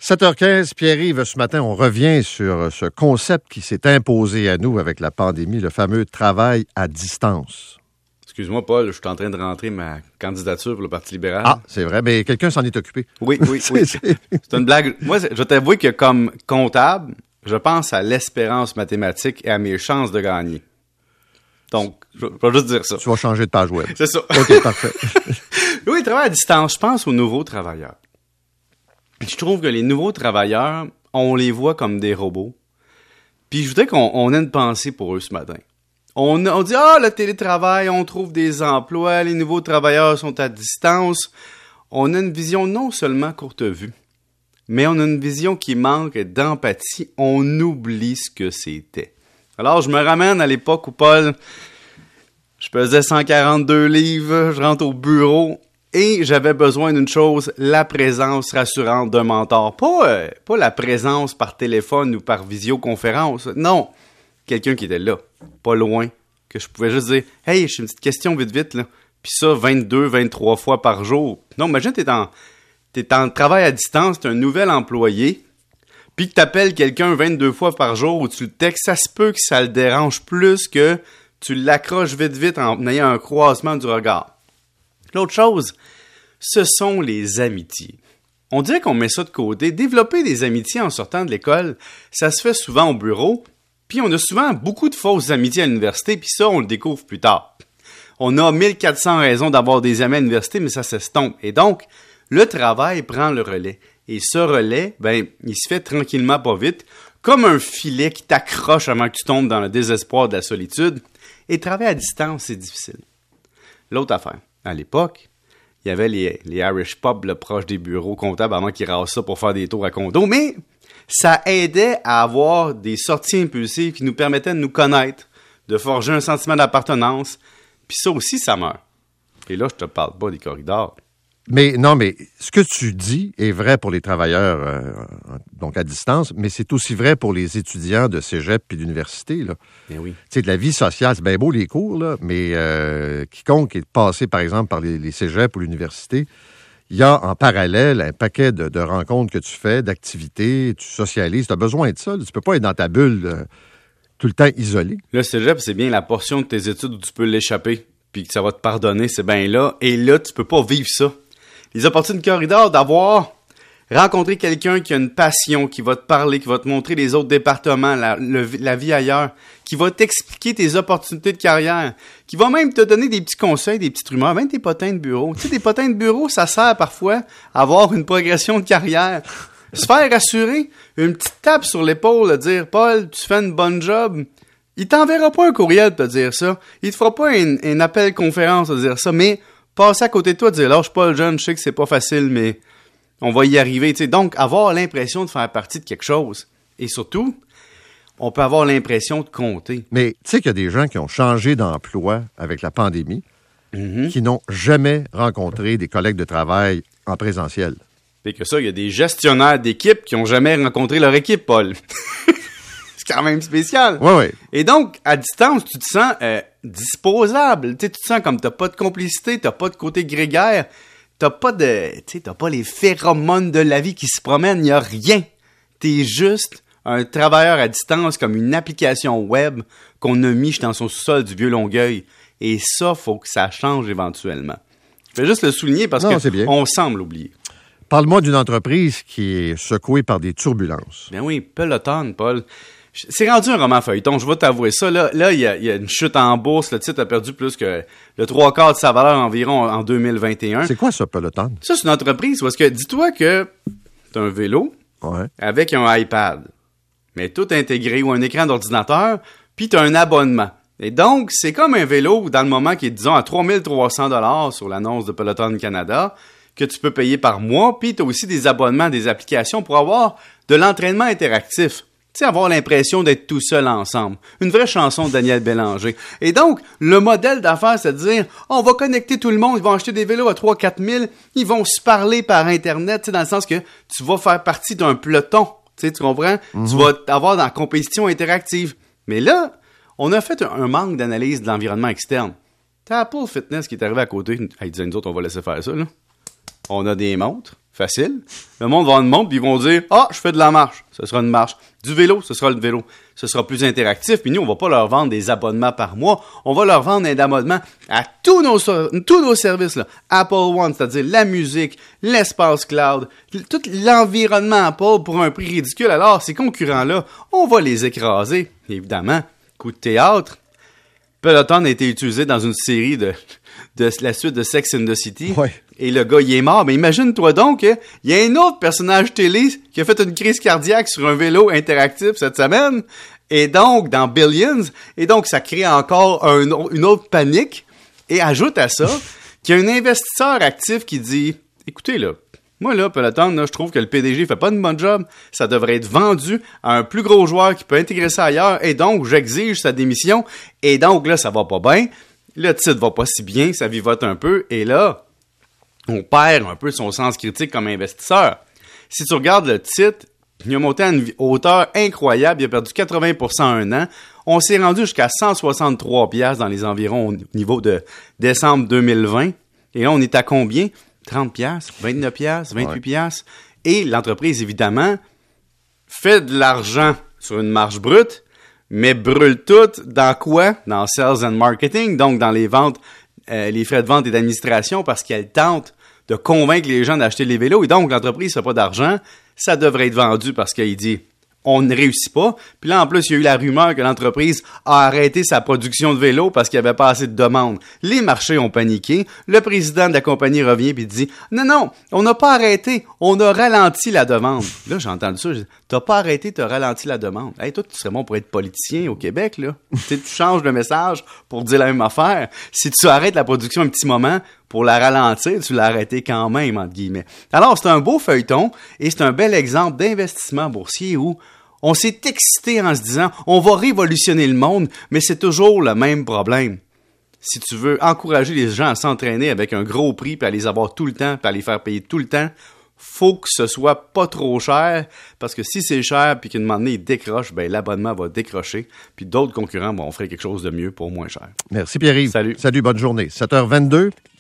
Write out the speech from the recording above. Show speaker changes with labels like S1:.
S1: 7h15, Pierre-Yves, ce matin, on revient sur ce concept qui s'est imposé à nous avec la pandémie, le fameux travail à distance.
S2: Excuse-moi, Paul, je suis en train de rentrer ma candidature pour le Parti libéral.
S1: Ah, c'est vrai, mais quelqu'un s'en est occupé.
S2: Oui. C'est une blague. Moi, je t'avoue que comme comptable, je pense à l'espérance mathématique et à mes chances de gagner. Donc, je vais juste dire ça.
S1: Tu vas changer de page web.
S2: C'est ça.
S1: OK, parfait.
S2: Oui, le travail à distance, je pense aux nouveaux travailleurs. Je trouve que les nouveaux travailleurs, on les voit comme des robots. Puis je voudrais qu'on ait une pensée pour eux ce matin. On dit, le télétravail, on trouve des emplois, les nouveaux travailleurs sont à distance. On a une vision non seulement courte vue, mais on a une vision qui manque d'empathie. On oublie ce que c'était. Alors, je me ramène à l'époque où, Paul, je pesais 142 livres, je rentre au bureau et j'avais besoin d'une chose, la présence rassurante d'un mentor. Pas la présence par téléphone ou par visioconférence. Non, quelqu'un qui était là, pas loin, que je pouvais juste dire « Hey, j'ai une petite question vite, là. » Puis ça, 22, 23 fois par jour. Non, imagine, t'es en travail à distance, t'es un nouvel employé, puis que t'appelles quelqu'un 22 fois par jour ou tu le textes, ça se peut que ça le dérange plus que tu l'accroches vite en ayant un croisement du regard. L'autre chose, ce sont les amitiés. On dirait qu'on met ça de côté. Développer des amitiés en sortant de l'école, ça se fait souvent au bureau, puis on a souvent beaucoup de fausses amitiés à l'université, puis ça, on le découvre plus tard. On a 1400 raisons d'avoir des amis à l'université, mais ça s'estompe. Et donc, le travail prend le relais. Et ce relais, il se fait tranquillement pas vite, comme un filet qui t'accroche avant que tu tombes dans le désespoir de la solitude. Et travailler à distance, c'est difficile. L'autre affaire, à l'époque, il y avait les Irish pubs là, proches des bureaux comptables avant qu'ils rassent ça pour faire des tours à condo, mais ça aidait à avoir des sorties impulsives qui nous permettaient de nous connaître, de forger un sentiment d'appartenance, puis ça aussi, ça meurt. Et là, je te parle pas des corridors.
S1: Mais ce que tu dis est vrai pour les travailleurs donc à distance, mais c'est aussi vrai pour les étudiants de cégep et d'université. Là.
S2: Eh oui.
S1: Tu sais, de la vie sociale, c'est bien beau les cours, là, mais quiconque est passé, par exemple, par les cégeps ou l'université, il y a en parallèle un paquet de rencontres que tu fais, d'activités, tu socialises, tu as besoin de ça. Là. Tu peux pas être dans ta bulle tout le temps isolé.
S2: Le cégep, c'est bien la portion de tes études où tu peux l'échapper, puis que ça va te pardonner, c'est bien là. Et là, tu peux pas vivre ça. Les opportunités de corridor, d'avoir rencontré quelqu'un qui a une passion, qui va te parler, qui va te montrer les autres départements, la vie ailleurs, qui va t'expliquer tes opportunités de carrière, qui va même te donner des petits conseils, des petites rumeurs, même tes potins de bureau. Tu sais, des potins de bureau, ça sert parfois à avoir une progression de carrière. Se faire rassurer, une petite tape sur l'épaule, de dire « Paul, tu fais une bonne job ». Il t'enverra pas un courriel de te dire ça. Il te fera pas un appel conférence de dire ça, mais passer à côté de toi, dire « Lâche pas le jeune, je sais que c'est pas facile, mais on va y arriver. » Tu sais, donc, avoir l'impression de faire partie de quelque chose. Et surtout, on peut avoir l'impression de compter.
S1: Mais tu sais qu'il y a des gens qui ont changé d'emploi avec la pandémie, qui n'ont jamais rencontré des collègues de travail en présentiel.
S2: Et que ça, il y a des gestionnaires d'équipe qui n'ont jamais rencontré leur équipe, Paul. C'est quand même spécial.
S1: Oui.
S2: Et donc, à distance, tu te sens disposable. Tu te sens comme t'as pas de complicité, t'as pas de côté grégaire, t'as pas les phéromones de la vie qui se promènent, il n'y a rien. T'es juste un travailleur à distance comme une application web qu'on a mis dans son sous-sol du vieux Longueuil. Et ça, faut que ça change éventuellement. Je vais juste le souligner parce qu'on semble oublier.
S1: Parle-moi d'une entreprise qui est secouée par des turbulences.
S2: Ben oui, Peloton, Paul. C'est rendu un roman feuilleton, je vais t'avouer ça. Là, il y a une chute en bourse. Le titre a perdu plus que le 3/4 de sa valeur environ en 2021.
S1: C'est quoi ça, Peloton? Ça,
S2: c'est une entreprise parce que dis-toi que t'as un vélo avec un iPad, mais tout intégré ou un écran d'ordinateur, puis t'as un abonnement. Et donc, c'est comme un vélo dans le moment qui est, disons, à 3300 $ sur l'annonce de Peloton Canada, que tu peux payer par mois, puis tu as aussi des abonnements, des applications pour avoir de l'entraînement interactif. Tu sais, avoir l'impression d'être tout seul ensemble. Une vraie chanson de Daniel Bélanger. Et donc, le modèle d'affaires, c'est de dire, on va connecter tout le monde, ils vont acheter des vélos à 3-4 000, ils vont se parler par Internet, tu sais, dans le sens que tu vas faire partie d'un peloton. Tu sais, tu comprends? Mm-hmm. Tu vas avoir dans la compétition interactive. Mais là, on a fait un manque d'analyse de l'environnement externe. T'as Apple Fitness qui est arrivé à côté. Il disait, nous autres, on va laisser faire ça, là. On a des montres, Facile. Le monde va avoir une montre, puis ils vont dire « Ah, je fais de la marche. » Ce sera une marche. Du vélo, ce sera le vélo. Ce sera plus interactif. Puis nous, on va pas leur vendre des abonnements par mois. On va leur vendre un abonnement à tous nos services. Là. Apple One, c'est-à-dire la musique, l'espace cloud, tout l'environnement Apple pour un prix ridicule. Alors, ces concurrents-là, on va les écraser. Évidemment, coup de théâtre. Peloton a été utilisé dans une série de la suite de Sex and the City.
S1: Ouais.
S2: Et le gars, il est mort. Mais imagine-toi donc, il y a un autre personnage télé qui a fait une crise cardiaque sur un vélo interactif cette semaine. Et donc, dans Billions. Et donc, ça crée encore une autre panique. Et ajoute à ça qu'il y a un investisseur actif qui dit, écoutez là, moi là, Peloton, là, je trouve que le PDG fait pas une bonne job. Ça devrait être vendu à un plus gros joueur qui peut intégrer ça ailleurs. Et donc, j'exige sa démission. Et donc, là, ça va pas bien. Le titre va pas si bien, ça vivote un peu. Et là, on perd un peu son sens critique comme investisseur. Si tu regardes le titre, il a monté à une hauteur incroyable. Il a perdu 80% en un an. On s'est rendu jusqu'à 163 $ dans les environs au niveau de décembre 2020. Et là, on est à combien? 30 $, 29 $, 28 $. Et l'entreprise, évidemment, fait de l'argent sur une marge brute, mais brûle tout dans quoi? Dans sales and marketing, donc dans les ventes, les frais de vente et d'administration, parce qu'elle tente de convaincre les gens d'acheter les vélos. Et donc, l'entreprise n'a pas d'argent. Ça devrait être vendu parce qu'il dit on ne réussit pas. Puis là, en plus, il y a eu la rumeur que l'entreprise a arrêté sa production de vélos parce qu'il n'y avait pas assez de demandes. Les marchés ont paniqué. Le président de la compagnie revient et dit « Non, on n'a pas arrêté. On a ralenti la demande. » Là, j'ai entendu ça. Je dis « T'as pas arrêté, t'as ralenti la demande. » Hey, toi, tu serais bon pour être politicien au Québec, là. Tu changes le message pour dire la même affaire. Si tu arrêtes la production un petit moment pour la ralentir, tu l'as arrêté quand même, entre guillemets. Alors, c'est un beau feuilleton et c'est un bel exemple d'investissement boursier où on s'est excité en se disant « On va révolutionner le monde », mais c'est toujours le même problème. Si tu veux encourager les gens à s'entraîner avec un gros prix, puis à les avoir tout le temps, puis à les faire payer tout le temps, faut que ce soit pas trop cher, parce que si c'est cher, puis qu'à un moment donné, il décroche, ben l'abonnement va décrocher, puis d'autres concurrents vont offrir quelque chose de mieux pour moins cher.
S1: Merci Pierre-Yves.
S2: Salut.
S1: Salut, bonne journée. 7h22.